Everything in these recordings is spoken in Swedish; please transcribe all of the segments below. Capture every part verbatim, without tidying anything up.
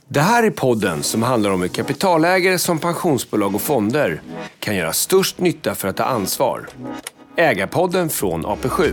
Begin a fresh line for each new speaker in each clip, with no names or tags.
Det här är podden som handlar om hur kapitalägare som pensionsbolag och fonder kan göra störst nytta för att ta ansvar. Ägarpodden från A P sju.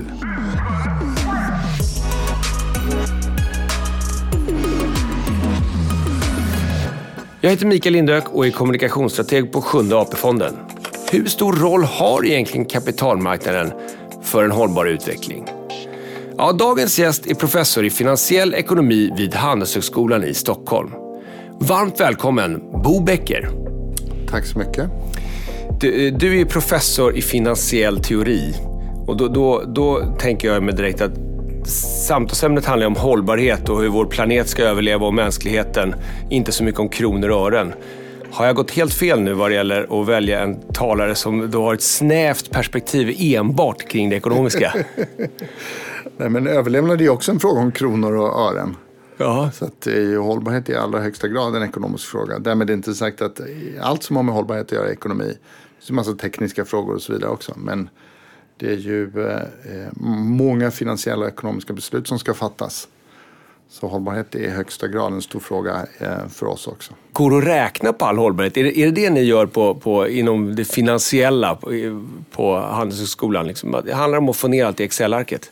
Jag heter Mikael Lindök och är kommunikationsstrateg på Sjunde A P-fonden. Hur stor roll har egentligen kapitalmarknaden för en hållbar utveckling? Ja, dagens gäst är professor i finansiell ekonomi vid Handelshögskolan i Stockholm. Varmt välkommen, Bo Becker.
Tack så mycket.
Du, du är professor i finansiell teori. Och då, då, då tänker jag mig direkt att samtalsämnet handlar om hållbarhet och hur vår planet ska överleva och mänskligheten. Inte så mycket om kronor och ören. Har jag gått helt fel nu vad det gäller att välja en talare som då har ett snävt perspektiv enbart kring det ekonomiska?
Nej, men överlevnad är ju också en fråga om kronor och ören.
Ja.
Så att eh, hållbarhet är i allra högsta grad en ekonomisk fråga. Därmed är det inte sagt att allt som har med hållbarhet att göra är ekonomi. Det är en massa tekniska frågor och så vidare också. Men det är ju eh, många finansiella och ekonomiska beslut som ska fattas. Så hållbarhet är i högsta grad en stor fråga eh, för oss också.
Går det att räkna på all hållbarhet? Är det är det, det ni gör på, på, inom det finansiella på, på Handelshögskolan? Liksom? Det handlar om att få ner allt i Excel-arket.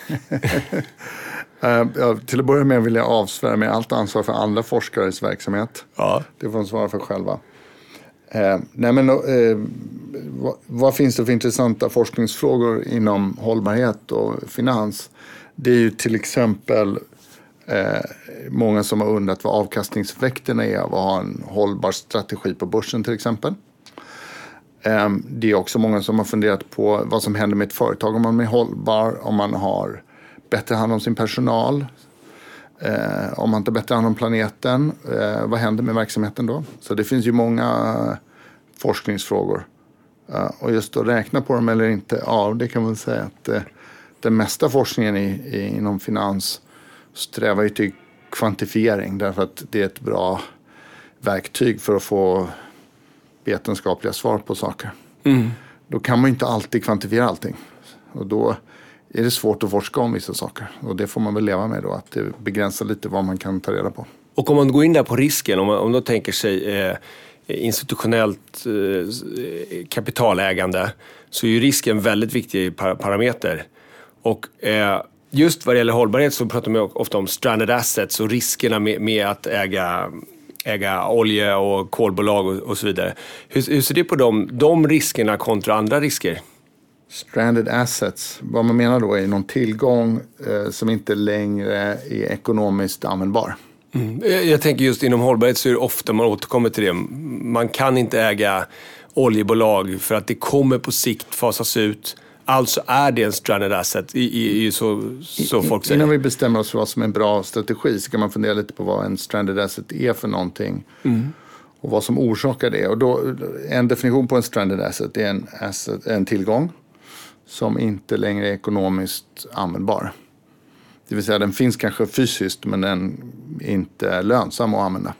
Uh, ja, till att börja med vill jag avsvära med allt ansvar för andra forskares verksamhet.
Ja.
Det får de svara för själva. Uh, nej men, uh, vad, vad finns det för intressanta forskningsfrågor inom hållbarhet och finans? Det är ju till exempel uh, många som har undrat vad avkastningseffekterna är av att ha en hållbar strategi på börsen till exempel. Uh, det är också många som har funderat på vad som händer med ett företag om man är hållbar, om man har bättre hand om sin personal, eh, om man inte bättre hand om planeten, eh, vad händer med verksamheten då? Så det finns ju många forskningsfrågor. Eh, och just att räkna på dem eller inte, ja det kan man säga att eh, den mesta forskningen i, i, inom finans strävar ju till kvantifiering därför att det är ett bra verktyg för att få vetenskapliga svar på saker. Mm. Då kan man ju inte alltid kvantifiera allting. Och då är det svårt att forska om vissa saker. Och det får man väl leva med då, att det begränsar lite vad man kan ta reda på. Och
om man går in där på risken, om man, om man tänker sig eh, institutionellt eh, kapitalägande, så är ju risken väldigt viktig par- parameter. Och eh, just vad det gäller hållbarhet så pratar man ofta om stranded assets och riskerna med, med att äga, äga olje- och kolbolag och, och så vidare. Hur, hur ser det på de, de riskerna kontra andra risker?
Stranded assets, vad man menar då är någon tillgång eh, som inte längre är ekonomiskt användbar.
Mm. Jag tänker just inom hållbarhet så är det ofta man återkommer till det. Man kan inte äga oljebolag för att det kommer på sikt fasas ut. Alltså är det en stranded asset, i, i, i så, så folk säger.
Innan vi bestämmer oss för vad som är en bra strategi så kan man fundera lite på vad en stranded asset är för någonting. Mm. Och vad som orsakar det. Och då, en definition på en stranded asset är en, asset, en tillgång som inte längre är ekonomiskt användbar. Det vill säga den finns kanske fysiskt men den är inte lönsam att använda.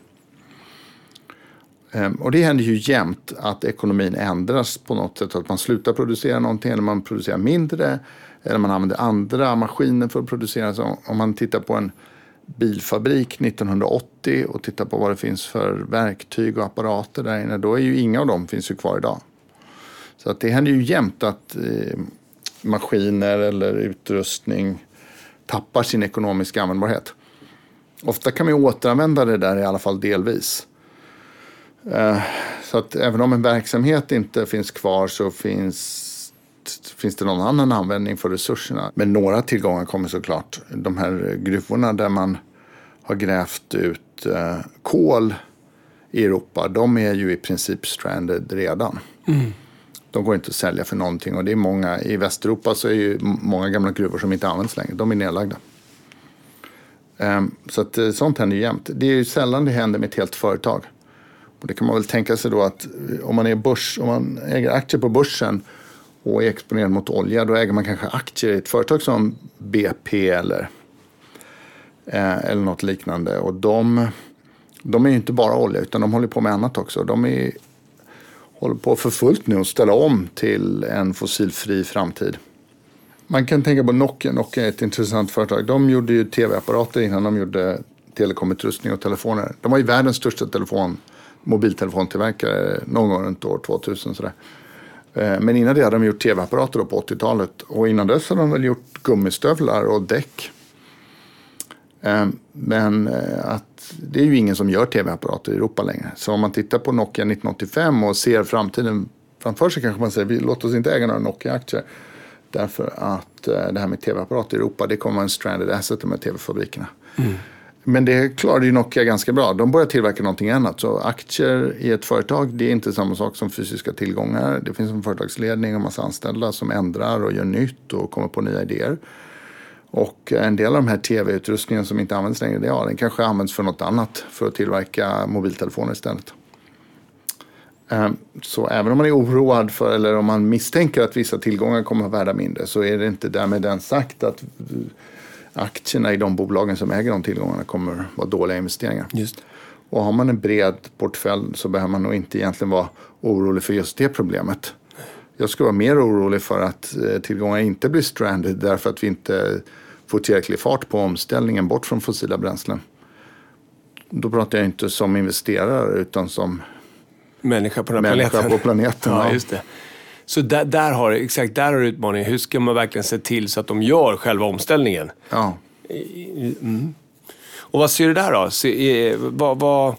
Och det händer ju jämt att ekonomin ändras på något sätt. Att man slutar producera någonting eller man producerar mindre. Eller man använder andra maskiner för att producera. Så om man tittar på en bilfabrik nittonhundraåttio och tittar på vad det finns för verktyg och apparater där inne. Då är ju inga av dem finns ju kvar idag. Så att det händer ju jämt att eh, maskiner eller utrustning tappar sin ekonomiska användbarhet. Ofta kan man ju återanvända det där i alla fall delvis. Eh, så att även om en verksamhet inte finns kvar så finns, finns det någon annan användning för resurserna. Men några tillgångar kommer såklart. De här gruvorna där man har grävt ut eh, kol i Europa, de är ju i princip stranded redan. Mm. De går inte att sälja för någonting och det är många, i Västeuropa så är ju många gamla gruvor som inte används längre. De är nedlagda. Um, så att sånt händer ju jämt. Det är ju sällan det händer med ett helt företag. Och det kan man väl tänka sig då att om man är börs, om man äger aktier på börsen och är exponerad mot olja, då äger man kanske aktier i ett företag som B P eller, eh, eller något liknande. Och de, de är ju inte bara olja utan de håller på med annat också. De är håller på för fullt nu att ställa om till en fossilfri framtid. Man kan tänka på Nokia. Nokia är ett intressant företag. De gjorde ju tv-apparater innan de gjorde telekomutrustning och telefoner. De var ju världens största telefon, mobiltelefontillverkare någon gång runt år tvåtusen. Sådär. Men innan det hade de gjort tv-apparater på åttiotalet. Och innan dess hade de väl gjort gummistövlar och däck. Men att det är ju ingen som gör tv-apparater i Europa längre. Så om man tittar på Nokia nittonhundraåttiofem och ser framtiden framför sig, kanske man säger, låt oss inte äga några Nokia-aktier. Därför att det här med tv-apparater i Europa, det kommer vara en stranded asset med tv-fabrikerna. Mm. Men det klarade ju Nokia ganska bra. De började tillverka någonting annat. Så aktier i ett företag, det är inte samma sak som fysiska tillgångar. Det finns en företagsledning och en massa anställda som ändrar och gör nytt och kommer på nya idéer. Och en del av de här tv-utrustningen som inte används längre, ja, den kanske används för något annat. För att tillverka mobiltelefoner istället. Så även om man är oroad för, eller om man misstänker att vissa tillgångar kommer att värda mindre, så är det inte därmed den sagt att aktierna i de bolagen som äger de tillgångarna kommer vara dåliga investeringar.
Just.
Och har man en bred portfölj så behöver man nog inte egentligen vara orolig för just det problemet. Jag skulle vara mer orolig för att tillgångar inte blir stranded därför att vi inte får tillräcklig fart på omställningen bort från fossila bränslen. Då pratar jag inte som investerare utan som
människa på den
människa
planeten.
på planeten.
Ja, just det. Så där, där har exakt där har utmaningen. Hur ska man verkligen se till så att de gör själva omställningen?
Ja.
Mm. Och vad ser du där då? Se, eh, vad, vad,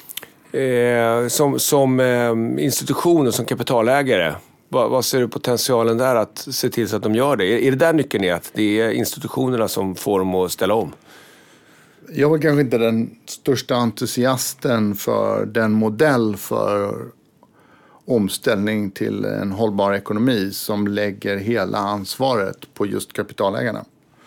eh, som som eh, institution och som kapitalägare, vad, vad ser du potentialen där att se till så att de gör det? Är, är det där nyckeln är att det är institutionerna som får dem att ställa om?
Jag var kanske inte den största entusiasten för den modell för omställning till en hållbar ekonomi som lägger hela ansvaret på just kapitalägarna.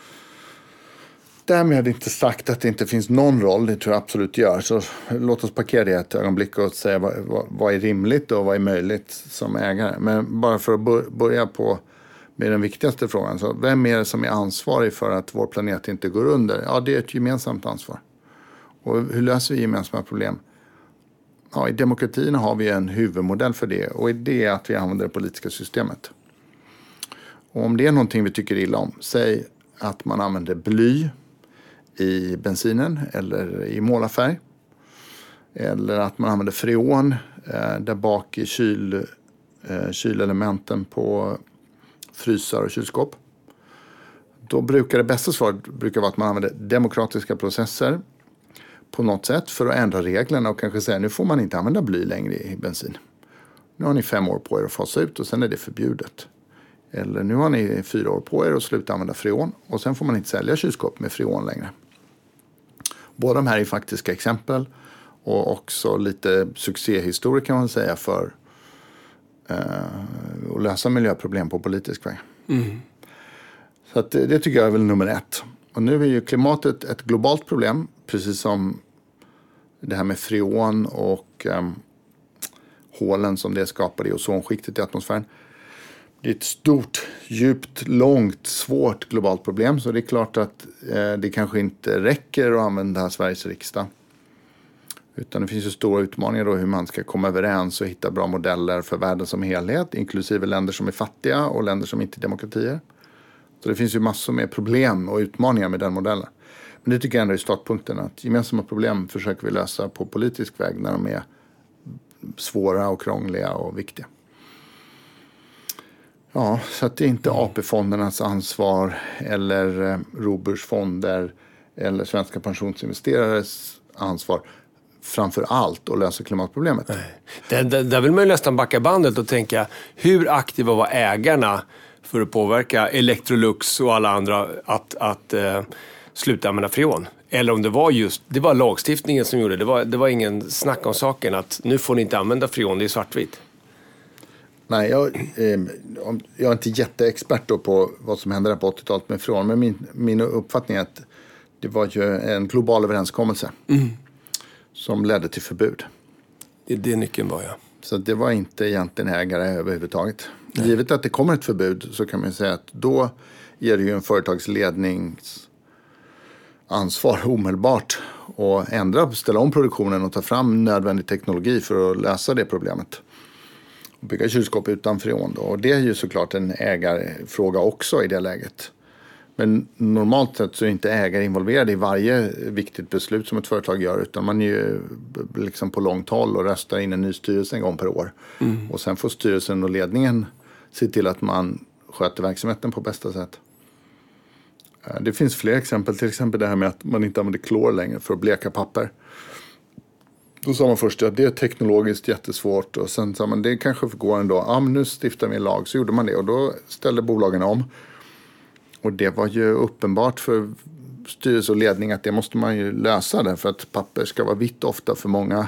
Därmed hade jag inte sagt att det inte finns någon roll, det tror jag absolut gör. Så låt oss parkera det ett ögonblick och säga vad, vad, vad är rimligt och vad är möjligt som ägare. Men bara för att börja på med den viktigaste frågan. Så vem är det som är ansvarig för att vår planet inte går under? Ja, det är ett gemensamt ansvar. Och hur löser vi gemensamma problem? Ja, i demokratin har vi en huvudmodell för det. Och det är att vi använder det politiska systemet. Och om det är någonting vi tycker illa om, säg att man använder bly i bensinen eller i målarfärg. Eller att man använder freon eh, där bak i kyl, eh, kylelementen på frysar och kylskåp. Då brukar det bästa svaret brukar vara att man använder demokratiska processer på något sätt för att ändra reglerna och kanske säga nu får man inte använda bly längre i bensin. Nu har ni fem år på er att fasa ut och sen är det förbjudet. Eller nu har ni fyra år på er att sluta använda freon och sen får man inte sälja kylskåp med freon längre. Båda de här är faktiska exempel och också lite succéhistorier kan man säga för uh, att lösa miljöproblem på politisk väg. Mm. Så att det, det tycker jag är väl nummer ett. Och nu är ju klimatet ett globalt problem, precis som det här med freon och um, hålen som det skapar i ozonskiktet i atmosfären. Det är ett stort, djupt, långt, svårt globalt problem. Så det är klart att eh, det kanske inte räcker att använda Sveriges riksdag. Utan det finns ju stora utmaningar då hur man ska komma överens och hitta bra modeller för världen som helhet. Inklusive länder som är fattiga och länder som inte är demokratier. Så det finns ju massor med problem och utmaningar med den modellen. Men det tycker jag ändå är startpunkten. Att gemensamma problem försöker vi lösa på politisk väg när de är svåra och krångliga och viktiga. Ja, så att det är inte A P-fondernas ansvar eller eh, Roburs fonder eller svenska pensionsinvesterares ansvar framför allt att lösa klimatproblemet.
Där, där, där vill man ju nästan backa bandet och tänka hur aktiva var ägarna för att påverka Electrolux och alla andra att, att eh, sluta använda freon. Eller om det var just, det var lagstiftningen som gjorde det. Det var, det var ingen snack om saken att nu får ni inte använda freon, det är svartvitt.
Nej, jag, eh, jag är inte jätteexpert då på vad som hände där på åttiotalet med freon. Men min, min uppfattning är att det var ju en global överenskommelse mm. som ledde till förbud.
Det är det nyckeln var, ja.
Så det var inte egentligen ägare överhuvudtaget. Nej. Givet att det kommer ett förbud så kan man säga att då ger det ju en företagslednings ansvar omedelbart att ändra, ställa om produktionen och ta fram nödvändig teknologi för att lösa det problemet. Och bygga kylskåp utan freon då. Och det är ju såklart en ägarfråga också i det läget. Men normalt sett så är inte ägare involverade i varje viktigt beslut som ett företag gör, utan man är ju liksom på långt håll och röstar in en ny styrelse en gång per år. Mm. Och sen får styrelsen och ledningen se till att man sköter verksamheten på bästa sätt. Det finns fler exempel, till exempel det här med att man inte använder klor längre för att bleka papper. Då sa man först att det är teknologiskt jättesvårt och sen sa man det kanske går ändå. Ja, men nu stiftar vi en lag, så gjorde man det och då ställde bolagen om. Och det var ju uppenbart för styrelse och ledning att det måste man ju lösa, därför att papper ska vara vitt ofta för många,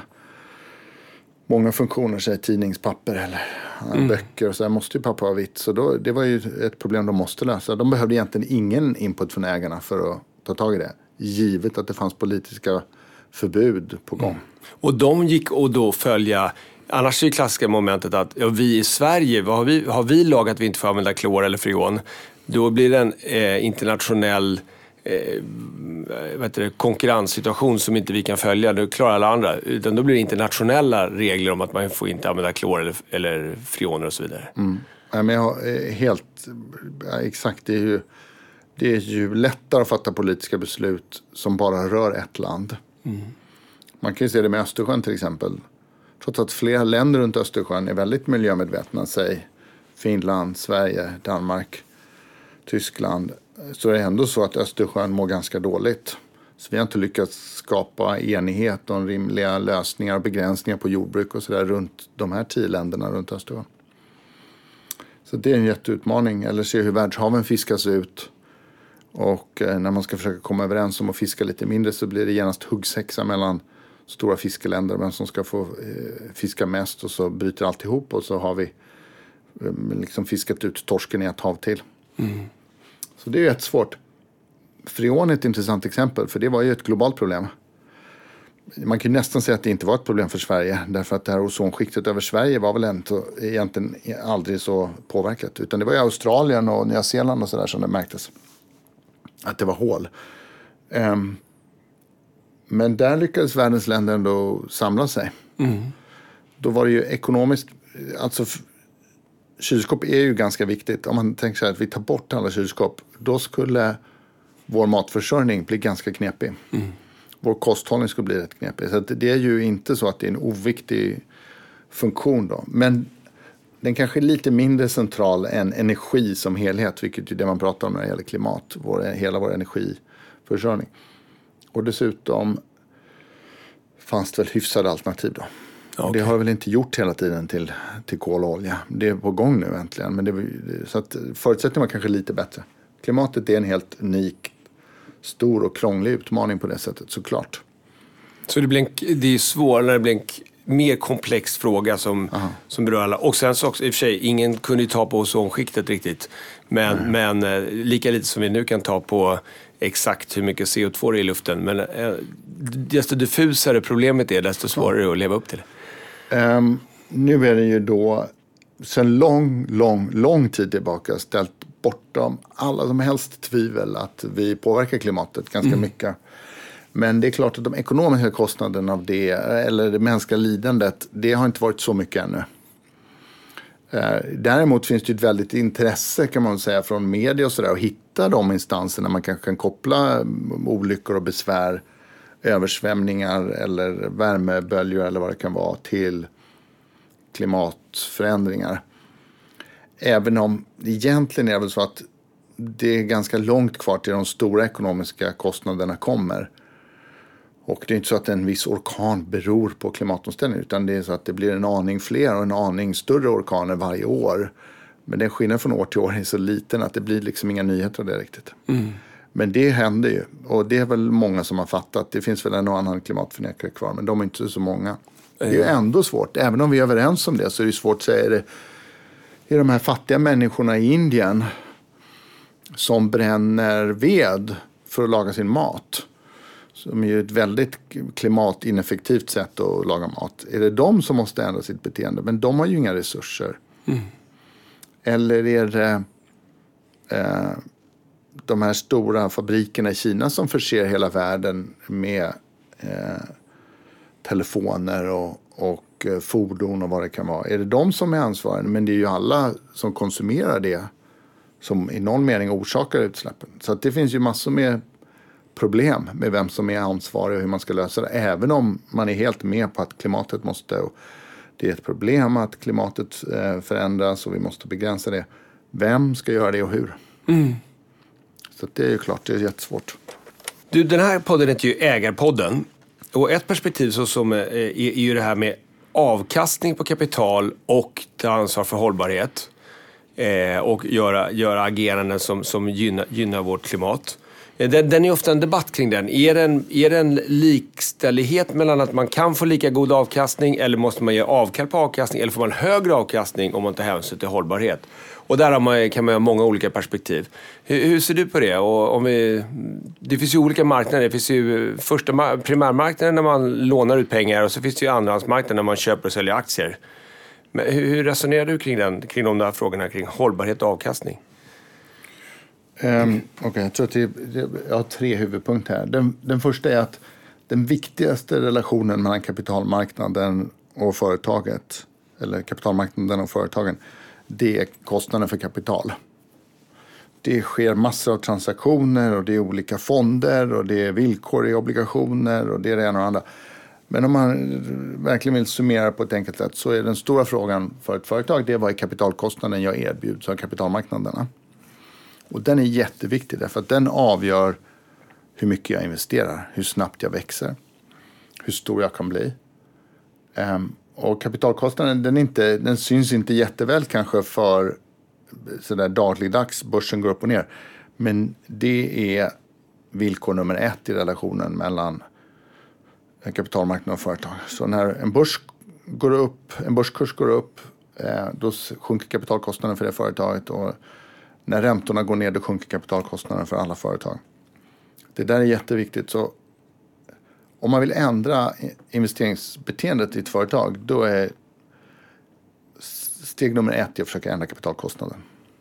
många funktioner, säg tidningspapper eller mm. böcker och så här måste ju papper vara vitt. Så då, det var ju ett problem de måste lösa. De behövde egentligen ingen input från ägarna för att ta tag i det, givet att det fanns politiska förbud på gång. Mm.
Och de gick och då följa, annars är det klassiska momentet att ja, vi i Sverige, vad har, vi, har vi lag att vi inte får använda klor eller freon? Då blir det en eh, internationell eh, vad heter det, konkurrenssituation som inte vi kan följa. Då klarar alla andra. Utan då blir det internationella regler om att man får inte använda klor eller, eller freoner och så vidare.
Mm. Ja, men jag har helt ja, exakt. Det är, ju, det är ju lättare att fatta politiska beslut som bara rör ett land. Mm. Man kan ju se det med Östersjön till exempel. Trots att flera länder runt Östersjön är väldigt miljömedvetna, säg Finland, Sverige, Danmark, Tyskland, så är det ändå så att Östersjön mår ganska dåligt. Så vi har inte lyckats skapa enighet om rimliga lösningar och begränsningar på jordbruk och sådär runt de här tio länderna runt Östersjön. Så det är en jätteutmaning. Eller se hur världshaven fiskas ut. Och när man ska försöka komma överens om att fiska lite mindre så blir det genast huggsexa mellan stora fiskeländer, vem som ska få eh, fiska mest, och så bryter alltihop och så har vi eh, liksom fiskat ut torsken i ett hav till. Mm. Så det är ju jättesvårt. Freon är ett intressant exempel, för det var ju ett globalt problem. Man kan ju nästan säga att det inte var ett problem för Sverige, därför att det här ozonskiktet över Sverige var väl inte, egentligen aldrig så påverkat, utan det var i Australien och Nya Zeeland och sådär som det märktes att det var hål. Um, men där lyckades världens länder ändå samla sig. Mm. Då var det ju ekonomiskt, alltså kylskåp är ju ganska viktigt. Om man tänker sig att vi tar bort alla kylskåp, då skulle vår matförsörjning bli ganska knepig. Mm. Vår kosthållning skulle bli rätt knepig. Så att det är ju inte så att det är en oviktig funktion då. Men den kanske är lite mindre central än energi som helhet, vilket är det man pratar om när det gäller klimat, vår, hela vår energiförsörjning. Och dessutom fanns det väl hyfsade alternativ då. Okay. Det har väl inte gjort hela tiden till, till kol och olja. Det är på gång nu äntligen. Men det, så att förutsättningen var kanske lite bättre. Klimatet är en helt unik, stor och krånglig utmaning på det sättet, såklart.
Så det, blir en, det är svårare när det blir en mer komplex fråga som, som berör alla. Och sen så också, i och för sig, ingen kunde ju ta på ozonskiktet riktigt. Men, mm. men lika lite som vi nu kan ta på exakt hur mycket C O två det är i luften. Men eh, desto diffusare problemet är, desto svårare att leva upp till det.
Um, nu är det ju då sedan lång, lång, lång tid tillbaka ställt bortom alla som helst tvivel att vi påverkar klimatet ganska mm. mycket. Men det är klart att de ekonomiska kostnaderna av det, eller det mänskliga lidandet, det har inte varit så mycket ännu. Däremot finns det ju ett väldigt intresse, kan man säga, från media och sådär, att hitta de instanserna man kanske kan koppla olyckor och besvär, översvämningar eller värmeböljor eller vad det kan vara till klimatförändringar. Även om egentligen är det väl så att det är ganska långt kvar till de stora ekonomiska kostnaderna kommer. Och det är inte så att en viss orkan beror på klimatomställning, utan det är så att det blir en aning fler och en aning större orkaner varje år. Men den skillnaden från år till år är så liten att det blir liksom inga nyheter av det riktigt. Mm. Men det händer ju, och det är väl många som har fattat. Det finns väl en och annan klimatförnekare kvar, men de är inte så många. Det är ju ändå svårt, även om vi är överens om det, så är det svårt att säga det. Är de här fattiga människorna i Indien som bränner ved för att laga sin mat, som är ju ett väldigt klimatineffektivt sätt att laga mat. Är det de som måste ändra sitt beteende? Men de har ju inga resurser. Mm. Eller är det eh, de här stora fabrikerna i Kina som förser hela världen med eh, telefoner och, och eh, fordon och vad det kan vara? Är det de som är ansvariga? Men det är ju alla som konsumerar det som i någon mening orsakar utsläppen. Så att det finns ju massor med problem med vem som är ansvarig och hur man ska lösa det. Även om man är helt med på att klimatet måste, och det är ett problem att klimatet förändras och vi måste begränsa det. Vem ska göra det och hur? Mm. Så det är ju klart, det är jättesvårt.
Du, den här podden heter ju Ägarpodden. Och ett perspektiv så som är, är ju det här med avkastning på kapital och ta ansvar för hållbarhet. Eh, och göra, göra ageranden som, som gynnar, gynnar vårt klimat. Den, den är ofta en debatt kring den. Är det en, är det en likställighet mellan att man kan få lika god avkastning, eller måste man ge avkall på avkastning, eller får man högre avkastning om man tar hänsyn till hållbarhet? Och där har man, kan man ha många olika perspektiv. Hur, hur ser du på det? Och om vi, det finns ju olika marknader. Det finns ju första primärmarknaden när man lånar ut pengar, och så finns det ju andrahandsmarknaden när man köper och säljer aktier. Men hur, hur resonerar du kring, den, kring de där frågorna kring hållbarhet och avkastning?
Um, Okej, okay, jag tror att det, det, jag har tre huvudpunkter här. Den, den första är att den viktigaste relationen mellan kapitalmarknaden och företaget, eller kapitalmarknaden och företagen, det är kostnaden för kapital. Det sker massor av transaktioner och det är olika fonder och det är villkor i obligationer och det är det ena och andra. Men om man verkligen vill summera på ett enkelt sätt så är den stora frågan för ett företag, det är vad är kapitalkostnaden jag erbjuds av kapitalmarknaderna. Och den är jätteviktig därför att den avgör hur mycket jag investerar, hur snabbt jag växer, hur stor jag kan bli. Um, och kapitalkostnaden, den, inte, den syns inte jätteväl kanske för sådär dagligdags, börsen går upp och ner. Men det är villkor nummer ett i relationen mellan kapitalmarknad och företag. Så när en börs går upp, en börskurs går upp, eh, då sjunker kapitalkostnaden för det företaget, och när räntorna går ner då sjunker kapitalkostnaden för alla företag. Det där är jätteviktigt. Så om man vill ändra investeringsbeteendet i ett företag, då är steg nummer ett att försöka ändra kapitalkostnaden.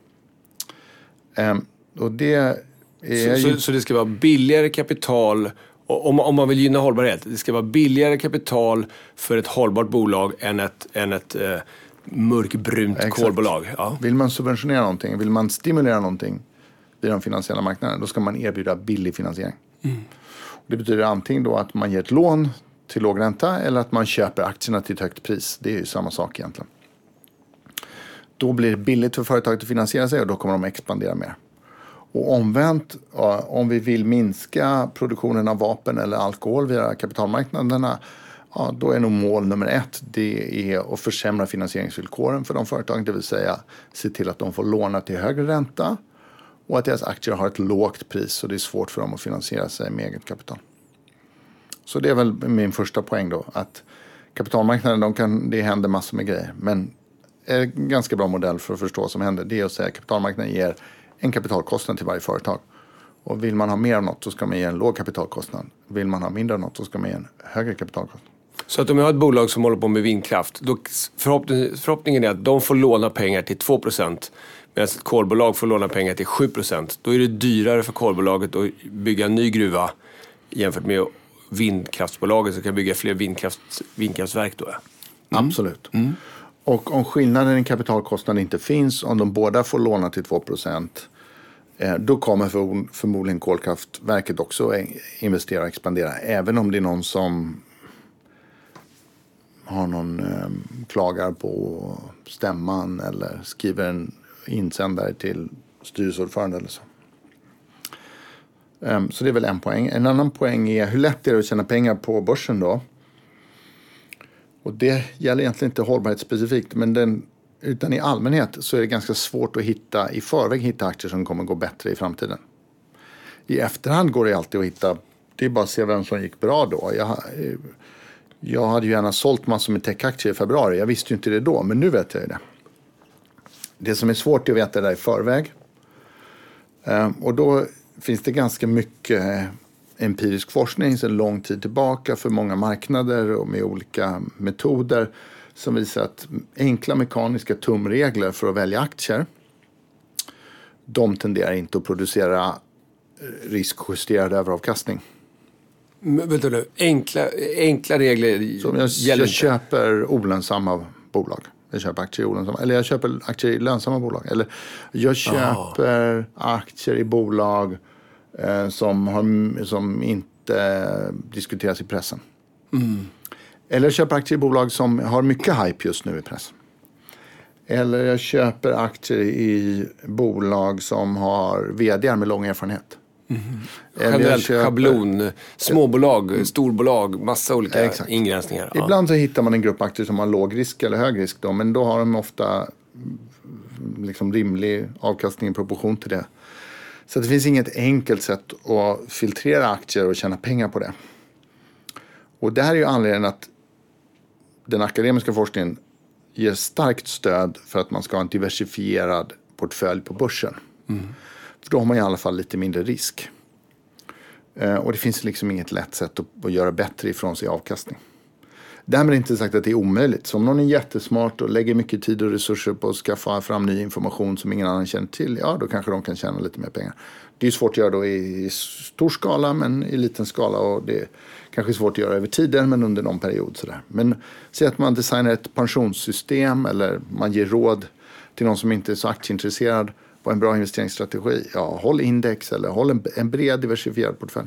Um, och det är
så,
ju...
så, så det ska vara billigare kapital, om, om man vill gynna hållbarhet, det ska vara billigare kapital för ett hållbart bolag än ett, än ett eh, mörkbrunt
Exakt.
kolbolag. Ja.
Vill man subventionera någonting, vill man stimulera någonting i den finansiella marknaden, då ska man erbjuda billig finansiering. Mm. Det betyder antingen då att man ger ett lån till låg ränta eller att man köper aktierna till ett högt pris. Det är ju samma sak egentligen. Då blir det billigt för företaget att finansiera sig och då kommer de att expandera mer. Och omvänt, om vi vill minska produktionen av vapen eller alkohol via kapitalmarknaderna, ja, då är nog mål nummer ett, det är att försämra finansieringsvillkoren för de företagen, det vill säga se till att de får låna till högre ränta och att deras aktier har ett lågt pris så det är svårt för dem att finansiera sig med eget kapital. Så det är väl min första poäng då, att kapitalmarknaden, de kan, det händer massor med grejer, men en ganska bra modell för att förstå vad som händer, det är att säga att kapitalmarknaden ger en kapitalkostnad till varje företag. Och vill man ha mer av något så ska man ge en låg kapitalkostnad. Vill man ha mindre av något så ska man ge en högre kapitalkostnad.
Så att om jag har ett bolag som håller på med vindkraft, då förhoppning, förhoppningen är att de får låna pengar till två procent medan ett kolbolag får låna pengar till sju procent. Då är det dyrare för kolbolaget att bygga en ny gruva jämfört med vindkraftsbolaget som kan bygga fler vindkraft, vindkraftverk då.
Mm. Absolut. Mm. Och om skillnaden i kapitalkostnad inte finns, om de båda får låna till två procent, då kommer för, förmodligen kolkraftverket också investera och expandera. Även om det är någon som har någon eh, klagar på stämman eller skriver en insändare till styrelseordförande eller så. Um, så det är väl en poäng. En annan poäng är hur lätt är det att tjäna pengar på börsen då? Och det gäller egentligen inte hållbarhetsspecifikt, men den, utan i allmänhet så är det ganska svårt att hitta i förväg hitta aktier som kommer gå bättre i framtiden. I efterhand går det alltid att hitta, det är bara att se vem som gick bra då. Jag, jag hade ju gärna sålt massor med techaktier i februari, jag visste ju inte det då, men nu vet jag ju det. Det som är svårt är att veta det där i förväg. Um, och då finns det ganska mycket empirisk forskning sedan lång tid tillbaka för många marknader och med olika metoder som visar att enkla mekaniska tumregler för att välja aktier, de tenderar inte att producera riskjusterad överavkastning.
Men, vänta nu, enkla, enkla regler
så jag,
gäller
jag köper olönsamma bolag Jag köper aktier i olönsamma, eller jag köper aktier i lönsamma bolag. Eller jag köper oh. aktier i bolag eh, som, har, som inte diskuteras i pressen. Mm. Eller jag köper aktier i bolag som har mycket hype just nu i pressen. Eller jag köper aktier i bolag som har vd:ar med lång erfarenhet.
Mm. Generellt köper, schablon, småbolag, mm. storbolag, massa olika Exakt. ingränsningar.
Ja. Ibland så hittar man en grupp aktier som har låg risk eller hög risk då, men då har de ofta liksom rimlig avkastning i proportion till det. Så det finns inget enkelt sätt att filtrera aktier och tjäna pengar på det. Och det här är ju anledningen att den akademiska forskningen ger starkt stöd för att man ska ha en diversifierad portfölj på börsen. Mm. För då har man i alla fall lite mindre risk. Eh, och det finns liksom inget lätt sätt att, att göra bättre ifrån sig avkastning. Därmed inte sagt att det är omöjligt. Så om någon är jättesmart och lägger mycket tid och resurser på att skaffa fram ny information som ingen annan känner till, ja då kanske de kan tjäna lite mer pengar. Det är svårt att göra då i, i stor skala men i liten skala, och det är kanske svårt att göra över tiden men under någon period. Sådär. Men säg att man designar ett pensionssystem eller man ger råd till någon som inte är så aktieintresserad på en bra investeringsstrategi. Ja, håll index eller håll en, en bred diversifierad portfölj.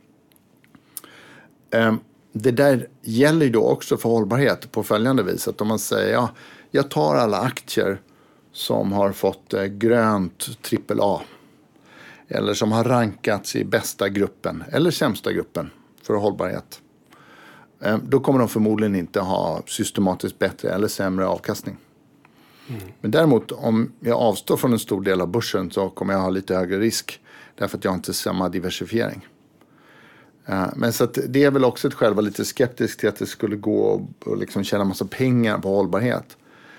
Um, Det där gäller ju då också för hållbarhet på följande vis. Att om man säger, ja, jag tar alla aktier som har fått eh, grönt trippel A. Eller som har rankats i bästa gruppen eller sämsta gruppen för hållbarhet. Eh, då kommer de förmodligen inte ha systematiskt bättre eller sämre avkastning. Mm. Men däremot om jag avstår från en stor del av börsen så kommer jag ha lite högre risk. Därför att jag inte har samma diversifiering. Men så att det är väl också ett skäl var lite skeptisk till att det skulle gå och liksom tjäna massa pengar på hållbarhet.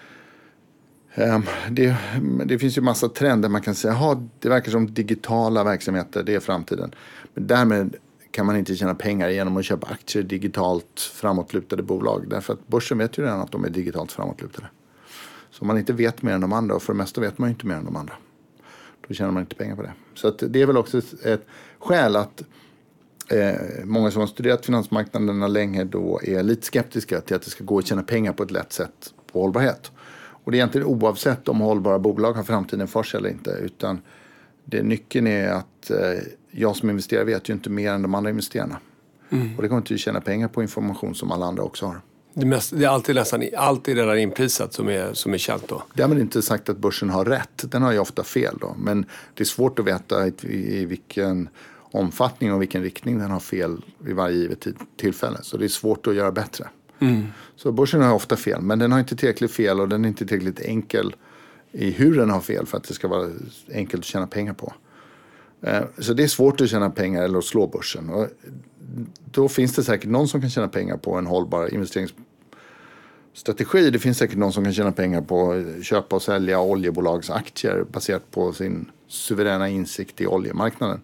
Det, det finns ju massa trender man kan säga, aha, det verkar som digitala verksamheter, det är framtiden. Men därmed kan man inte tjäna pengar genom att köpa aktier i digitalt framåtlutade bolag. Därför att börsen vet ju redan att de är digitalt framåtlutade. Så om man inte vet mer än de andra, och för det mesta vet man ju inte mer än de andra, då tjänar man inte pengar på det. Så att det är väl också ett, ett skäl att Eh, många som har studerat finansmarknaderna länge då är lite skeptiska till att det ska gå att tjäna pengar på ett lätt sätt på hållbarhet. Och det är egentligen oavsett om hållbara bolag har framtiden för sig eller inte, utan det nyckeln är att eh, jag som investerare vet ju inte mer än de andra investerarna. Mm. Och det kommer inte att tjäna pengar på information som alla andra också har.
Det, mest, det är alltid nästan alltid redan inprisat som är, som är känt då.
Det har man inte sagt att börsen har rätt. Den har ju ofta fel då. Men det är svårt att veta i, i vilken omfattning och vilken riktning den har fel vid varje givet tillfälle. Så det är svårt att göra bättre. Mm. Så börsen har ofta fel, men den har inte tillräckligt fel och den är inte tillräckligt enkel i hur den har fel för att det ska vara enkelt att tjäna pengar på. Så det är svårt att tjäna pengar eller att slå börsen. Och då finns det säkert någon som kan tjäna pengar på en hållbar investeringsstrategi. Det finns säkert någon som kan tjäna pengar på att köpa och sälja oljebolagsaktier baserat på sin suveräna insikt i oljemarknaden.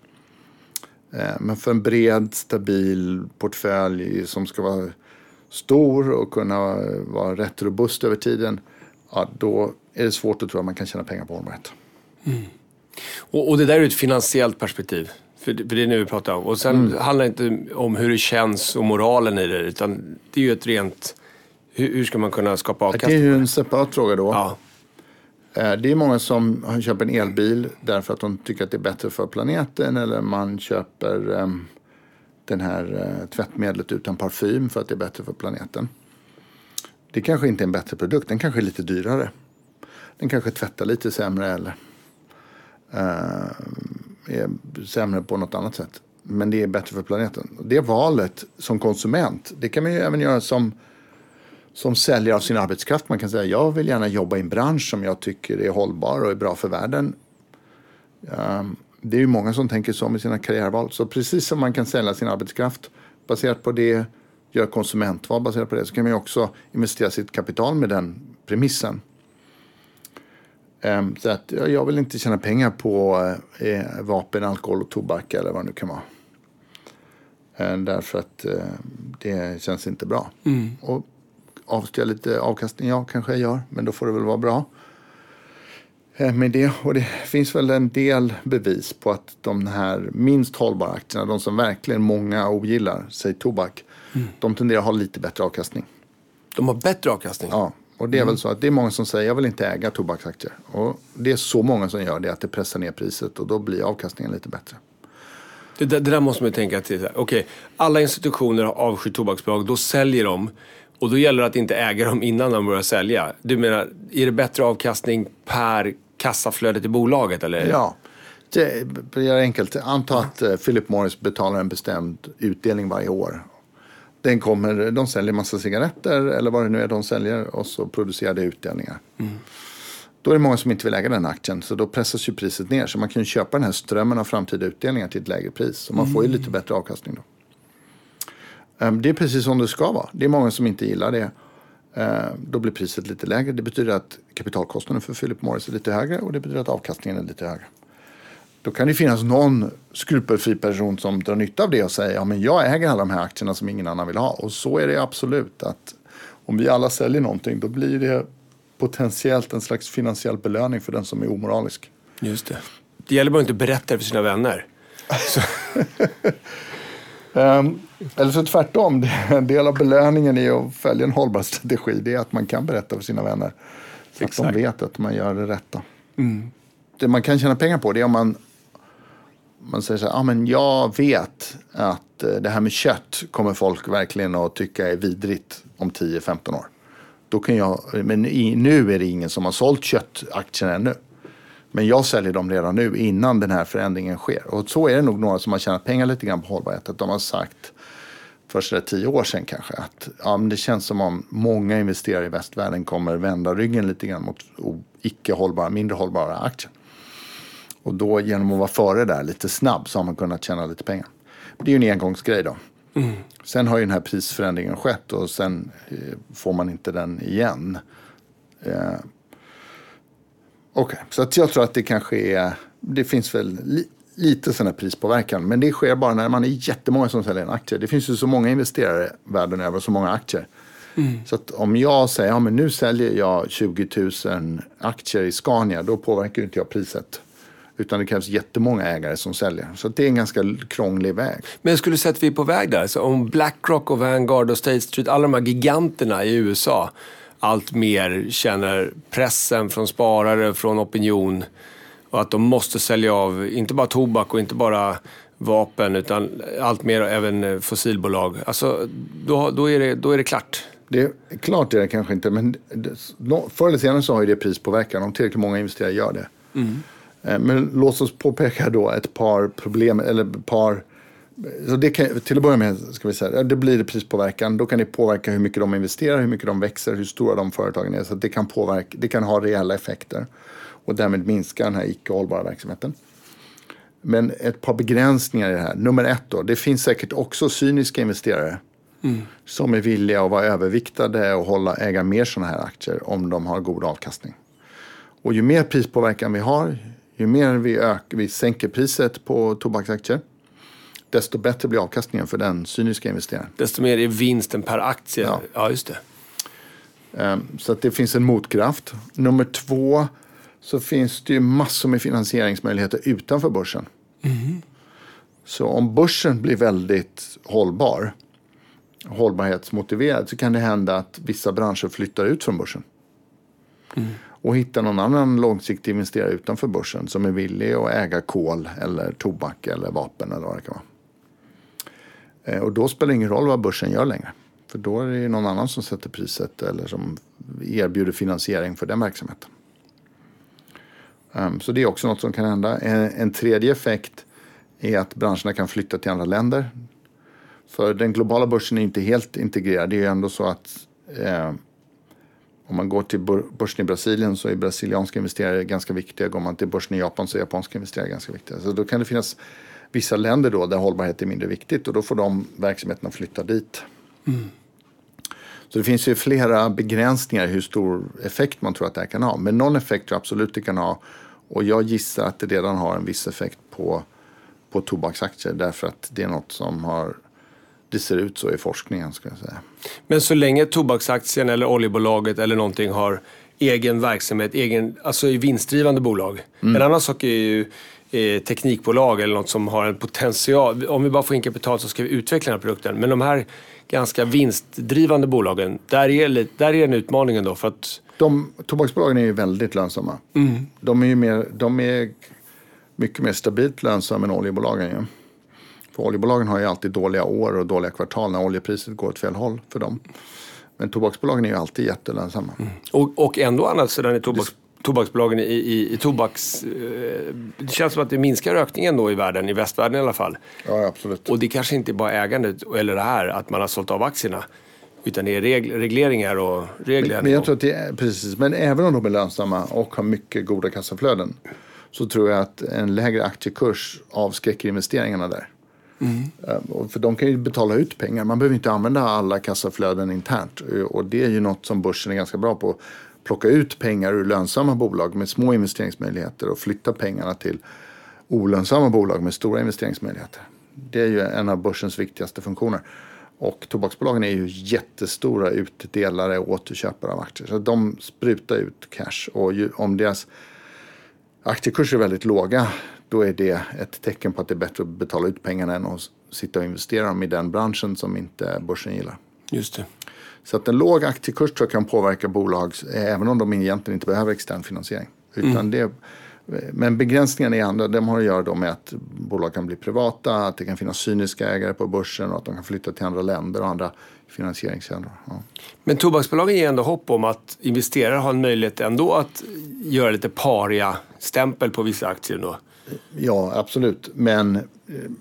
Men för en bred, stabil portfölj som ska vara stor och kunna vara rätt robust över tiden, ja, då är det svårt att tro att man kan tjäna pengar på hållbarhet.
Mm. Och, och det där är ett finansiellt perspektiv, för det, för det är nu vi pratar om. Och sen mm. handlar det inte om hur det känns och moralen i det, utan det är ju ett rent, hur, hur ska man kunna skapa avkastning?
Det är ju en separat fråga då.
Ja.
Det är många som köper en elbil därför att de tycker att det är bättre för planeten, eller man köper um, den här uh, tvättmedlet utan parfym för att det är bättre för planeten. Det kanske inte är en bättre produkt, den kanske är lite dyrare. Den kanske tvättar lite sämre eller uh, är sämre på något annat sätt. Men det är bättre för planeten. Det valet som konsument, det kan man ju även göra som Som säljer av sin arbetskraft. Man kan säga, jag vill gärna jobba i en bransch som jag tycker är hållbar och är bra för världen. Det är ju många som tänker så med sina karriärval. Så precis som man kan sälja sin arbetskraft baserat på det, göra konsumentval baserat på det, så kan man ju också investera sitt kapital med den premissen. Så att jag vill inte tjäna pengar på vapen, alkohol och tobak eller vad det nu kan vara. Därför att det känns inte bra. Mm. Och avstå lite avkastning, ja kanske jag gör, men då får det väl vara bra med det. Och det finns väl en del bevis på att de här minst hållbara aktierna, de som verkligen många ogillar, säg tobak, mm. de tenderar att ha lite bättre avkastning.
De har bättre avkastning?
Ja, Och det är mm. väl så att det är många som säger jag vill inte äga tobaksaktier. Och det är så många som gör det att det pressar ner priset och då blir avkastningen lite bättre.
Det, det, det där måste man tänka till. Okej, okay, alla institutioner avskyr tobaksbolag, då säljer de. Och då gäller det att inte äga dem innan de börjar sälja. Du menar, är det bättre avkastning per kassaflödet i bolaget? Eller?
Ja, det är enkelt. Anta att Philip Morris betalar en bestämd utdelning varje år. Den kommer, de säljer massa cigaretter eller vad det nu är de säljer och så producerar det utdelningar. Mm. Då är det många som inte vill äga den aktien så då pressas ju priset ner. Så man kan köpa den här strömmen av framtida utdelningar till ett lägre pris. Så man får ju lite bättre avkastning då. Det är precis som det ska vara. Det är många som inte gillar det. Då blir priset lite lägre. Det betyder att kapitalkostnaden för Philip Morris är lite högre och det betyder att avkastningen är lite högre. Då kan det finnas någon skrupelfri person som drar nytta av det och säger ja men jag äger alla de här aktierna som ingen annan vill ha. Och så är det absolut att om vi alla säljer någonting då blir det potentiellt en slags finansiell belöning för den som är omoralisk.
Just det. Det gäller bara inte att berätta det för sina vänner.
um, eller så tvärtom. En del av belöningen i att följa en hållbar strategi det är att man kan berätta för sina vänner. Så Exakt. Att de vet att man gör det rätta. Mm. Det man kan tjäna pengar på det är om man, man säger så här, ah, men jag vet att det här med kött kommer folk verkligen att tycka är vidrigt om tio femton år. Då kan jag, men i, nu är det ingen som har sålt köttaktierna ännu. Men jag säljer dem redan nu innan den här förändringen sker. Och så är det nog några som har tjänat pengar lite grann på hållbarhet. Att de har sagt för sådär tio år sedan kanske att ja, men det känns som om många investerare i västvärlden kommer vända ryggen lite grann mot icke hållbara, mindre hållbara aktier. Och då genom att vara före där lite snabb så har man kunnat tjäna lite pengar. Det är ju en engångsgrej då. Mm. Sen har ju den här prisförändringen skett och sen eh, får man inte den igen. Eh, Okej, okay. Så att jag tror att det kanske är, det finns väl li, lite sån här prispåverkan. Men det sker bara när man är jättemånga som säljer en aktie. Det finns ju så många investerare världen över, så många aktier. Mm. Så att om jag säger, ja men nu säljer jag tjugo tusen aktier i Scania, då påverkar inte jag priset. Utan det krävs jättemånga ägare som säljer. Så det är en ganska krånglig väg.
Men jag skulle säga att vi är på väg där. Så om BlackRock och Vanguard och State Street, alla de här giganterna i U S A allt mer känner pressen från sparare, från opinion och att de måste sälja av, inte bara tobak och inte bara vapen utan allt mer även fossilbolag. Alltså då, då, är det, då är det klart.
Det är klart är det kanske inte, men förr eller senare så har ju det prispåverkan om tillräckligt många investerare gör det. Mm. Men låt oss påpeka då ett par problem, eller ett par, så det kan, till att börja med ska vi säga, det blir det prispåverkan, då kan det påverka hur mycket de investerar, hur mycket de växer, hur stora de företagen är, så att det kan påverka, det kan ha reella effekter och därmed minska den här icke hållbara verksamheten. Men ett par begränsningar i det här. Nummer ett då, det finns säkert också cyniska investerare mm. som är villiga att vara överviktade och hålla, äga mer sådana här aktier om de har god avkastning. Och ju mer prispåverkan vi har, ju mer vi, ökar, vi sänker priset på tobaksaktier, desto bättre blir avkastningen för den cyniska investeraren.
Desto mer är vinsten per aktie. Ja, ja just
det. Så att det finns en motkraft. Nummer två så finns det ju massor med finansieringsmöjligheter utanför börsen. Mm. Så om börsen blir väldigt hållbar, hållbarhetsmotiverad, så kan det hända att vissa branscher flyttar ut från börsen. Mm. Och hitta någon annan långsiktig investerare utanför börsen som är villig att äga kol eller tobak eller vapen eller vad det kan vara. Och då spelar det ingen roll vad börsen gör längre. För då är det någon annan som sätter priset eller som erbjuder finansiering för den verksamheten. Så det är också något som kan hända. En tredje effekt är att branscherna kan flytta till andra länder. För den globala börsen är inte helt integrerad. Det är ju ändå så att eh, om man går till börsen i Brasilien så är brasilianska investerare ganska viktiga. Går man till börsen i Japan så är japanska investerare ganska viktiga. Så då kan det finnas vissa länder då där hållbarhet är mindre viktigt och då får de verksamheterna flytta dit. Mm. Så det finns ju flera begränsningar hur stor effekt man tror att det här kan ha. Men någon effekt tror jag absolut det kan ha. Och jag gissar att det redan har en viss effekt på, på tobaksaktier därför att det är något som har... Det ser ut så i forskningen, ska jag säga. Men
så länge tobaksaktien eller oljebolaget eller någonting har egen verksamhet, egen, alltså i vinstdrivande bolag. Mm. En annan sak är ju eh, teknikbolag eller något som har en potential. Om vi bara får in kapital så ska vi utveckla den här produkten. Men de här ganska vinstdrivande bolagen, där är, lite, där är en utmaning ändå. För att...
De, tobaksbolagen är ju väldigt lönsamma. Mm. De är ju mer, de är mycket mer stabilt lönsamma än oljebolagen. Ja. För oljebolagen har ju alltid dåliga år och dåliga kvartal när oljepriset går åt fel håll för dem. Men tobaksbolagen är ju alltid jättelönsamma. Mm.
Och, och ändå annars sedan är tobaks, tobaksbolagen i, i, i tobaks... Eh, det känns som att det minskar rökningen då i världen, i västvärlden i alla fall.
Ja, absolut.
Och det kanske inte bara ägandet eller det här att man har sålt av aktierna. Utan det är reg, regleringar och regler.
Men, men jag tror att det är precis. Men även om de är lönsamma och har mycket goda kassaflöden så tror jag att en lägre aktiekurs avskräcker investeringarna där. Mm. För de kan ju betala ut pengar. Man behöver inte använda alla kassaflöden internt. Och det är ju något som börsen är ganska bra på. Plocka ut pengar ur lönsamma bolag med små investeringsmöjligheter och flytta pengarna till olönsamma bolag med stora investeringsmöjligheter. Det är ju en av börsens viktigaste funktioner. Och tobaksbolagen är ju jättestora utdelare och återköpare av aktier. Så de sprutar ut cash. Och ju, om deras aktiekurser är väldigt låga, då är det ett tecken på att det är bättre att betala ut pengarna än att sitta och investera dem i den branschen som inte börsen gillar.
Just det.
Så att en låg aktiekurs tror jag kan påverka bolag även om de egentligen inte behöver extern finansiering. Utan mm. det, men begränsningarna är andra. De har att göra då med att bolag kan bli privata, att det kan finnas cyniska ägare på börsen och att de kan flytta till andra länder och andra finansieringskällor. Ja.
Men tobaksbolagen ger ändå hopp om att investerare har en möjlighet ändå att göra lite paria stämpel på vissa aktier då?
Ja, absolut. Men eh,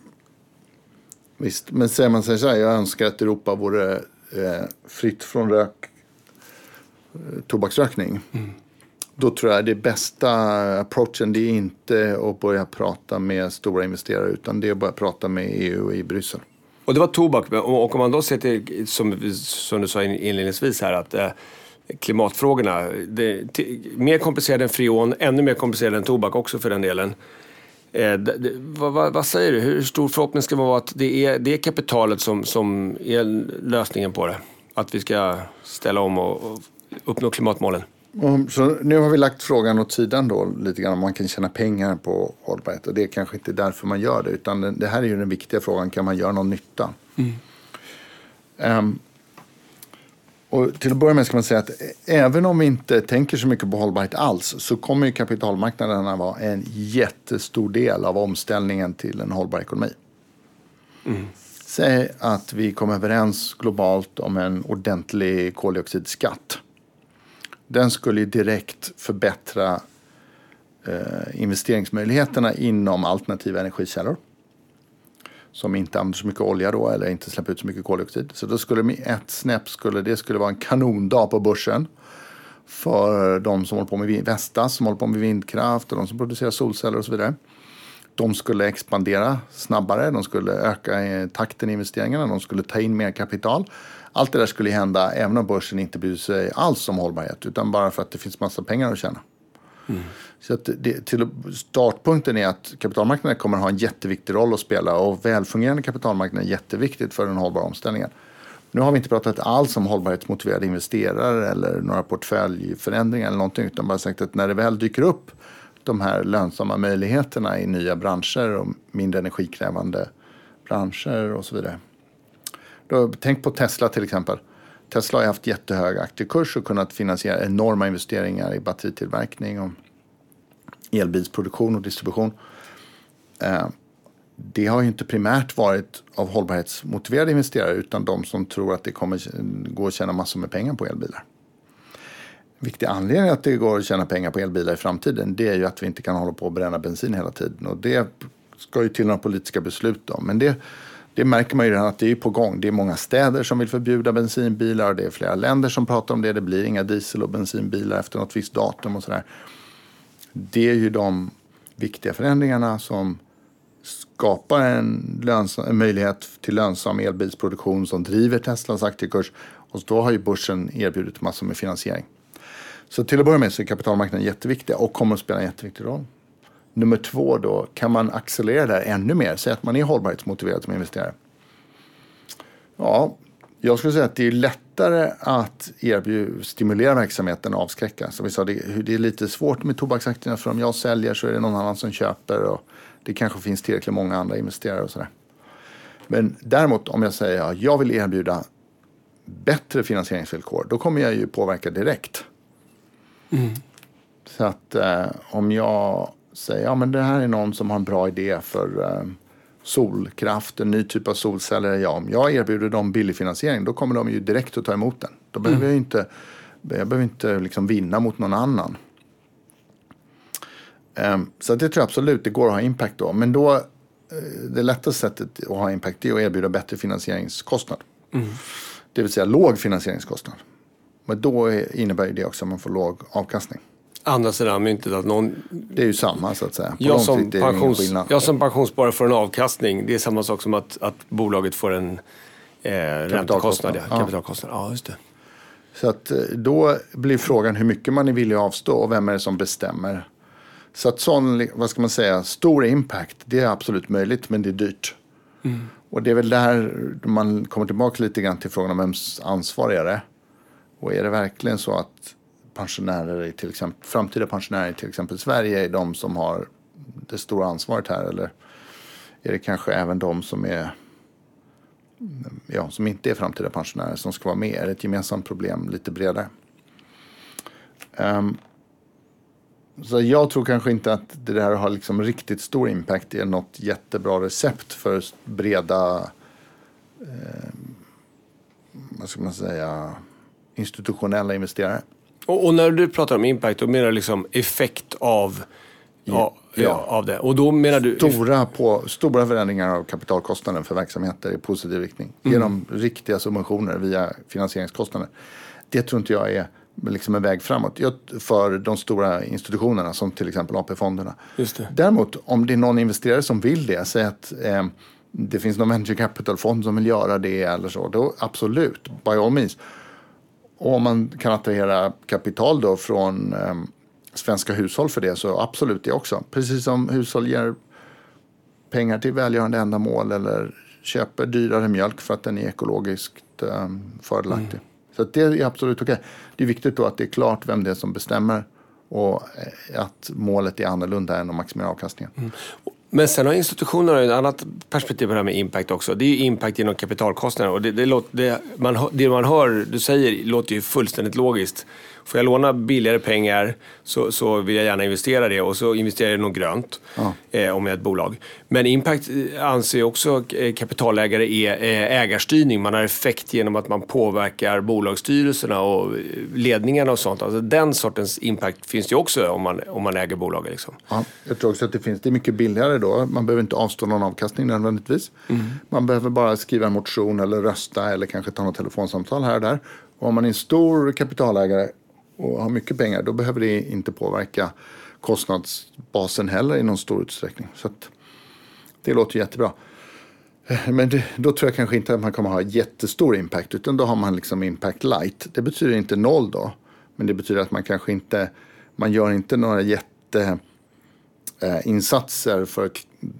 visst, men säger man sig så här, jag önskar att Europa vore eh, fritt från rök, eh, tobaksrökning. Mm. Då tror jag det bästa approachen det är inte att börja prata med stora investerare utan det är att börja prata med E U i Bryssel.
Och det var tobak. Och om man då ser till, som, som du sa inledningsvis här, att eh, klimatfrågorna, det, t- mer komplicerade än freon, ännu mer komplicerade än tobak också för den delen. Eh, det, det, vad, vad, vad säger du? Hur stor förhoppning ska vara att det är, det är kapitalet som, som är lösningen på det? Att vi ska ställa om och, och uppnå klimatmålen?
Så nu har vi lagt frågan åt sidan då lite grann om man kan tjäna pengar på hållbarhet och det är kanske inte därför man gör det utan det här är ju den viktiga frågan, kan man göra någon nytta? Mm. Um, och till att börja med ska man säga att även om vi inte tänker så mycket på hållbarhet alls så kommer ju kapitalmarknaderna vara en jättestor del av omställningen till en hållbar ekonomi. Mm. Säg att vi kommer överens globalt om en ordentlig koldioxidskatt. Den skulle direkt förbättra eh, investeringsmöjligheterna inom alternativa energikällor. Som inte använder så mycket olja då eller inte släpper ut så mycket koldioxid. Så då skulle ett snäpp skulle det skulle vara en kanondag på börsen. För de som håller på med Vestas, som håller på med vindkraft och de som producerar solceller och så vidare. De skulle expandera snabbare, de skulle öka takten i investeringarna, de skulle ta in mer kapital. Allt det där skulle hända även om börsen inte bryr sig alls om hållbarhet utan bara för att det finns massa pengar att tjäna. Mm. Så att det, till startpunkten är att kapitalmarknaden kommer att ha en jätteviktig roll att spela och välfungerande kapitalmarknad är jätteviktigt för den hållbara omställningen. Nu har vi inte pratat alls om hållbarhetsmotiverade investerare eller några portföljförändringar eller någonting utan bara sagt att när det väl dyker upp de här lönsamma möjligheterna i nya branscher och mindre energikrävande branscher och så vidare. Då, tänk på Tesla till exempel. Tesla har haft jättehög aktiekurs och kunnat finansiera enorma investeringar i batteritillverkning och elbilsproduktion och distribution. Eh, det har ju inte primärt varit av hållbarhetsmotiverade investerare utan de som tror att det kommer gå att tjäna massor med pengar på elbilar. Viktig anledning att det går att tjäna pengar på elbilar i framtiden det är ju att vi inte kan hålla på att bränna bensin hela tiden och det ska ju till några politiska beslut då. Men det, det märker man ju redan att det är på gång. Det är många städer som vill förbjuda bensinbilar och det är flera länder som pratar om det. Det blir inga diesel- och bensinbilar efter något visst datum och sådär. Det är ju de viktiga förändringarna som skapar en, lönsam, en möjlighet till lönsam elbilsproduktion som driver Teslas aktiekurs och då har ju börsen erbjudit massor med finansiering. Så till att börja med så är kapitalmarknaden jätteviktig och kommer att spela en jätteviktig roll. Nummer två då, kan man accelerera där ännu mer? Säg att man är hållbarhetsmotiverad som investerare. Ja, jag skulle säga att det är lättare att erbjuda, stimulera verksamheten och avskräcka. Så vi sa, det, det är lite svårt med tobaksaktierna för om jag säljer så är det någon annan som köper och det kanske finns tillräckligt många andra investerare och sådär. Men däremot om jag säger att jag vill erbjuda bättre finansieringsvillkor, då kommer jag ju påverka direkt. Mm. Så att eh, om jag säger, ja men det här är någon som har en bra idé för eh, solkraft, en ny typ av solceller. Ja, om jag erbjuder dem billig finansiering, då kommer de ju direkt att ta emot den. Då behöver mm. jag inte, jag behöver inte liksom vinna mot någon annan. Um, så det tror jag absolut, det går att ha impact då. Men då, uh, det lättaste sättet att ha impact är att erbjuda bättre finansieringskostnad. Mm. Det vill säga låg finansieringskostnad. Men då innebär det också att man får låg avkastning.
Andra sidan myntet att någon...
Det är ju samma så att säga. På
jag, som pensions... jag som pensionssparare får en avkastning. Det är samma sak som att, att bolaget får en eh, räntekostnad. Ja.
Ja.
Kapitalkostnad. Ja, just det.
Så att då blir frågan hur mycket man är villig att avstå och vem är det som bestämmer. Så att sån, vad ska man säga, stor impact, det är absolut möjligt, men det är dyrt. Mm. Och det är väl där man kommer tillbaka lite grann till frågan om vems ansvar är det. Och är det verkligen så att pensionärer, till exempel, framtida pensionärer i till exempel Sverige är de som har det stora ansvaret här? Eller är det kanske även de som är, ja, som inte är framtida pensionärer som ska vara med? Är det ett gemensamt problem lite bredare? Um, så jag tror kanske inte att det där har liksom riktigt stor impact är något jättebra recept för breda eh, vad ska man säga, institutionella investerare.
Och, och när du pratar om impact, då menar du liksom effekt av, ja, ja. Ja, av det. Och då menar du...
Stora, på, stora förändringar av kapitalkostnaden för verksamheter i positiv riktning. Mm. Genom riktiga subventioner via finansieringskostnader. Det tror inte jag är liksom en väg framåt. Jag, för de stora institutionerna som till exempel A P-fonderna.
Just det.
Däremot, om det är någon investerare som vill det, säg att eh, det finns någon venture capital-fond som vill göra det eller så, då absolut, by all means. Och om man kan attrahera kapital då från eh, svenska hushåll för det, så absolut det också. Precis som hushåll ger pengar till välgörande ändamål eller köper dyrare mjölk för att den är ekologiskt eh, fördelaktig. Mm. Så att det är absolut okej. Det är viktigt då att det är klart vem det är som bestämmer och att målet är annorlunda än att maximera avkastningen. Mm.
Men sen har institutionerna ett annat perspektiv på det här med impact också. Det är ju impact genom kapitalkostnader. Och det, det, låter, det, man, det man hör, du säger, låter ju fullständigt logiskt. Får jag låna billigare pengar så, så vill jag gärna investera det. Och så investerar jag nog grönt ja. eh, om jag är ett bolag. Men impact anser också kapitalägare är eh, ägarstyrning. Man har effekt genom att man påverkar bolagsstyrelserna och ledningarna och sånt. Alltså den sortens impact finns ju också om man, om man äger bolag. Liksom.
Ja, jag tror också att det finns. Det är mycket billigare då. Man behöver inte avstå någon avkastning nödvändigtvis. Mm. Man behöver bara skriva en motion eller rösta eller kanske ta något telefonsamtal här och där. Och om man är en stor kapitalägare och har mycket pengar, då behöver det inte påverka kostnadsbasen heller i någon stor utsträckning. Så att det låter jättebra. Men det, då tror jag kanske inte att man kommer ha jättestor impact, utan då har man liksom impact light. Det betyder inte noll då, men det betyder att man kanske inte, man gör inte några jätteinsatser för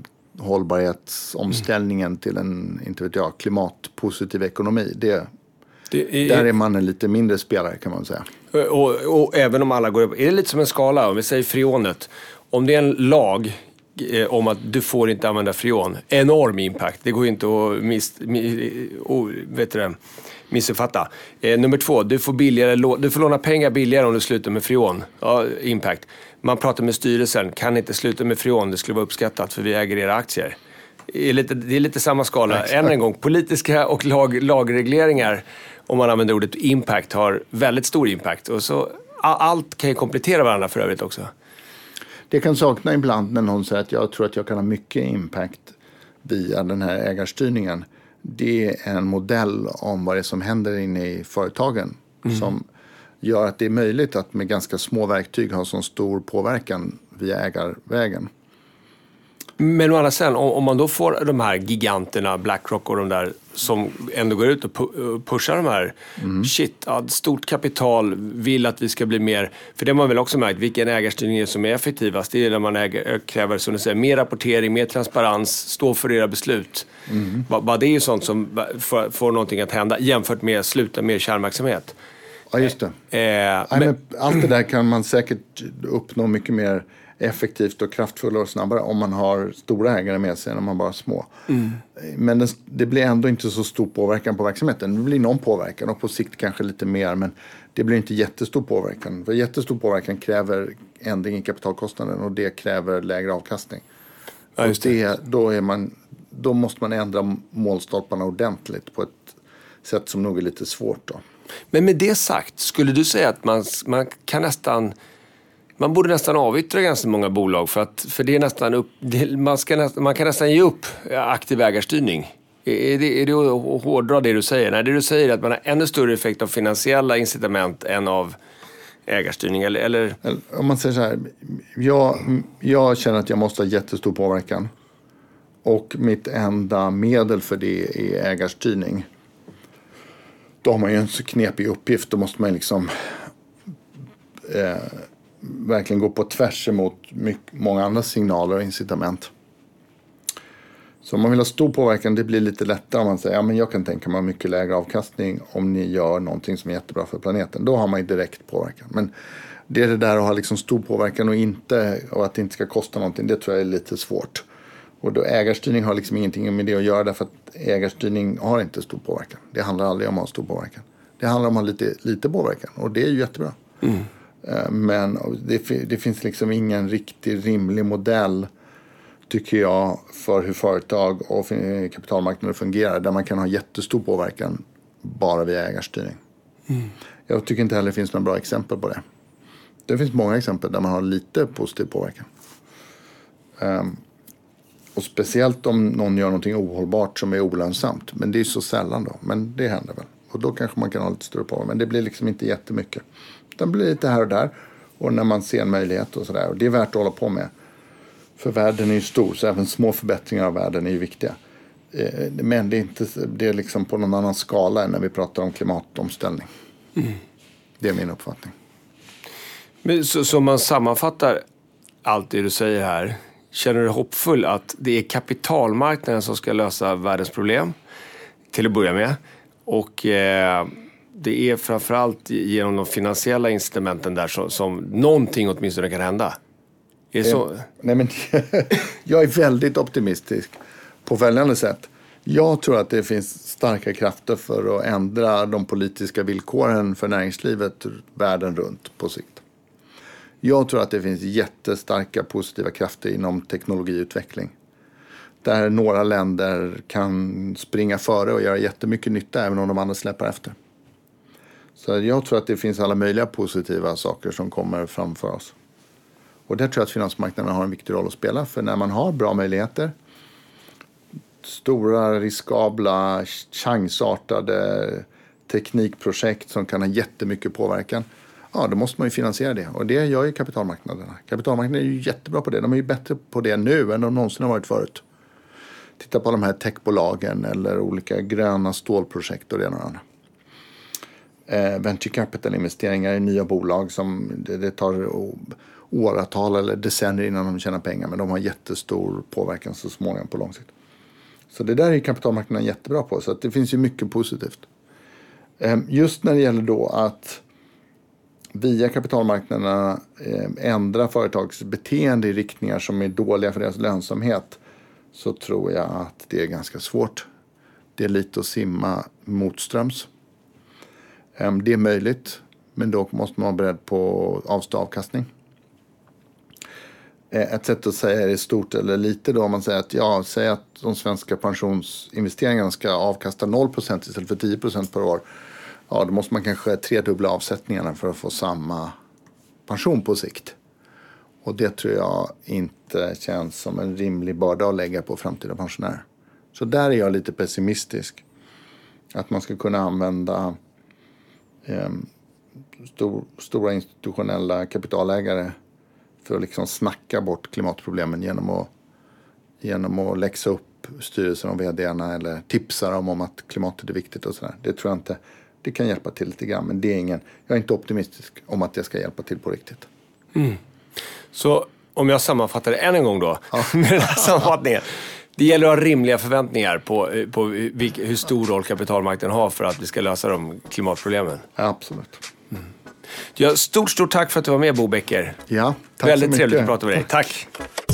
hållbarhetsomställningen mm. till en, inte vet jag, klimatpositiv ekonomi. Det Det är, där är man en lite mindre spelare kan man säga.
Och, och även om alla går upp, är det lite som en skala, om vi säger freonet. Om det är en lag eh, om att du får inte använda freon, enorm impact. Det går inte att miss, miss, oh, vet du det, missuppfatta. Eh, nummer två, du får, billigare, du får låna pengar billigare om du slutar med freon. Ja, impact. Man pratar med styrelsen, kan inte sluta med freon, det skulle vara uppskattat för vi äger era aktier. Det är lite, det är lite samma skala. Exakt. Än en gång, politiska och lag, lagregleringar, om man använder ordet impact, har väldigt stor impact. Och så, allt kan ju komplettera varandra för övrigt också.
Det kan sakna ibland när någon säger att jag tror att jag kan ha mycket impact via den här ägarstyrningen. Det är en modell om vad det är som händer inne i företagen mm. som gör att det är möjligt att med ganska små verktyg ha så stor påverkan via ägarvägen.
Men å andra sidan, om man då får de här giganterna, BlackRock och de där som ändå går ut och pushar de här, mm. shit, stort kapital vill att vi ska bli mer, för det har man väl också märkt, vilken ägarstyrning är som är effektivast, det är när man äger, kräver, som du säger, mer rapportering, mer transparens, stå för era beslut. Mm. Bara det är ju sånt som får, får någonting att hända jämfört med sluta med kärnverksamhet.
Ja, just det. Eh, Nej, men, allt det där kan man säkert uppnå mycket mer effektivt och kraftfullare och snabbare om man har stora ägare med sig än om man bara har små.
Mm.
Men det, det blir ändå inte så stor påverkan på verksamheten. Det blir någon påverkan och på sikt kanske lite mer, men det blir inte jättestor påverkan. För jättestor påverkan kräver ändring i kapitalkostnaden och det kräver lägre avkastning. Ja, just det. Det, då, är man, då måste man ändra målstolparna ordentligt på ett sätt som nog är lite svårt då.
Men med det sagt, skulle du säga att man, man kan nästan... Man borde nästan avyttra ganska många bolag för att för det är nästan upp, det, man, ska nästan, man kan nästan ge upp aktiv ägarstyrning. Är det, är det att hårdra det du säger? Nej, det du säger är att man har ännu större effekt av finansiella incitament än av ägarstyrning, eller? eller?
Om man säger så här, jag, jag känner att jag måste ha jättestor påverkan och mitt enda medel för det är ägarstyrning. Då har man ju en så knepig uppgift, då måste man liksom eh, verkligen gå på tvärs emot mycket, många andra signaler och incitament. Så om man vill ha stor påverkan, det blir lite lättare om man säger ja, men jag kan tänka mig mycket lägre avkastning om ni gör någonting som är jättebra för planeten. Då har man ju direkt påverkan. Men det är det där att ha liksom stor påverkan och, inte, och att det inte ska kosta någonting, det tror jag är lite svårt. Och då ägarstyrning har liksom ingenting med det att göra, därför att ägarstyrning har inte stor påverkan. Det handlar aldrig om att ha stor påverkan. Det handlar om att ha lite, lite påverkan och det är ju jättebra. Mm. Men det, det finns liksom ingen riktigt rimlig modell, tycker jag, för hur företag och kapitalmarknader fungerar där man kan ha jättestor påverkan bara via ägarstyrning. Mm. Jag tycker inte heller det finns några bra exempel på det. Det finns många exempel där man har lite positiv påverkan. Um, och speciellt om någon gör någonting ohållbart som är olönsamt. Men det är så sällan då. Men det händer väl. Och då kanske man kan ha lite större påverkan. Men det blir liksom inte jättemycket. Det blir lite här och där. Och när man ser en möjlighet och sådär. Och det är värt att hålla på med. För världen är ju stor. Så även små förbättringar av världen är ju viktiga. Eh, men det är, inte, det är liksom på någon annan skala än när vi pratar om klimatomställning. Mm. Det är min uppfattning.
Men så, så man sammanfattar allt det du säger här. Känner du hoppfull att det är kapitalmarknaden som ska lösa världens problem till att börja med? Och eh, det är framförallt genom de finansiella incitamenten där som, som någonting åtminstone kan hända. Är det så?
Nej, men jag är väldigt optimistisk på följande sätt. Jag tror att det finns starka krafter för att ändra de politiska villkoren för näringslivet världen runt på sikt. Jag tror att det finns jättestarka positiva krafter inom teknologiutveckling. Där några länder kan springa före och göra jättemycket nytta även om de andra släpper efter. Så jag tror att det finns alla möjliga positiva saker som kommer framför oss. Och där tror jag att finansmarknaden har en viktig roll att spela. För när man har bra möjligheter, stora, riskabla, chansartade teknikprojekt som kan ha jättemycket påverkan, ja, då måste man ju finansiera det. Och det gör ju kapitalmarknaderna. Kapitalmarknaden är ju jättebra på det. De är ju bättre på det nu än de någonsin har varit förut. Titta på de här techbolagen eller olika gröna stålprojekt och det och andra. Eh, venture capital-investeringar i nya bolag som det, det tar åratal eller decennier innan de tjänar pengar. Men de har jättestor påverkan så småningom på lång sikt. Så det där är kapitalmarknaden jättebra på. Så att det finns ju mycket positivt. Eh, just när det gäller då att via kapitalmarknaderna eh, ändra företags beteende i riktningar som är dåliga för deras lönsamhet, så tror jag att det är ganska svårt. Det är lite att simma motströms. Eh, det är möjligt, men då måste man vara beredd på avstå avkastning. Eh, ett sätt att säga är det stort eller lite då, om man säger att ja, säg att de svenska pensionsinvesteringarna ska avkasta noll procent istället för tio procent per år. Ja, då måste man kanske tredubbla avsättningarna för att få samma pension på sikt. Och det tror jag inte känns som en rimlig börda att lägga på framtida pensionärer. Så där är jag lite pessimistisk. Att man ska kunna använda eh, stor, stora institutionella kapitalägare för att liksom snacka bort klimatproblemen genom att, genom att läxa upp styrelsen och vdarna eller tipsa dem om att klimatet är viktigt och sådär. Det tror jag inte. Det kan hjälpa till lite grann, men det är ingen, jag är inte optimistisk om att det ska hjälpa till på riktigt.
Mm. Så om jag sammanfattar det än en gång då, ja. med den här sammanfattningen. Det gäller att ha rimliga förväntningar på, på hur stor roll kapitalmarknaden har för att vi ska lösa de klimatproblemen.
Ja, absolut.
Mm. Ja, stort, stort tack för att du var med, Bo Becker.
Ja, tack
Väldigt
så mycket.
trevligt att prata med dig. Tack.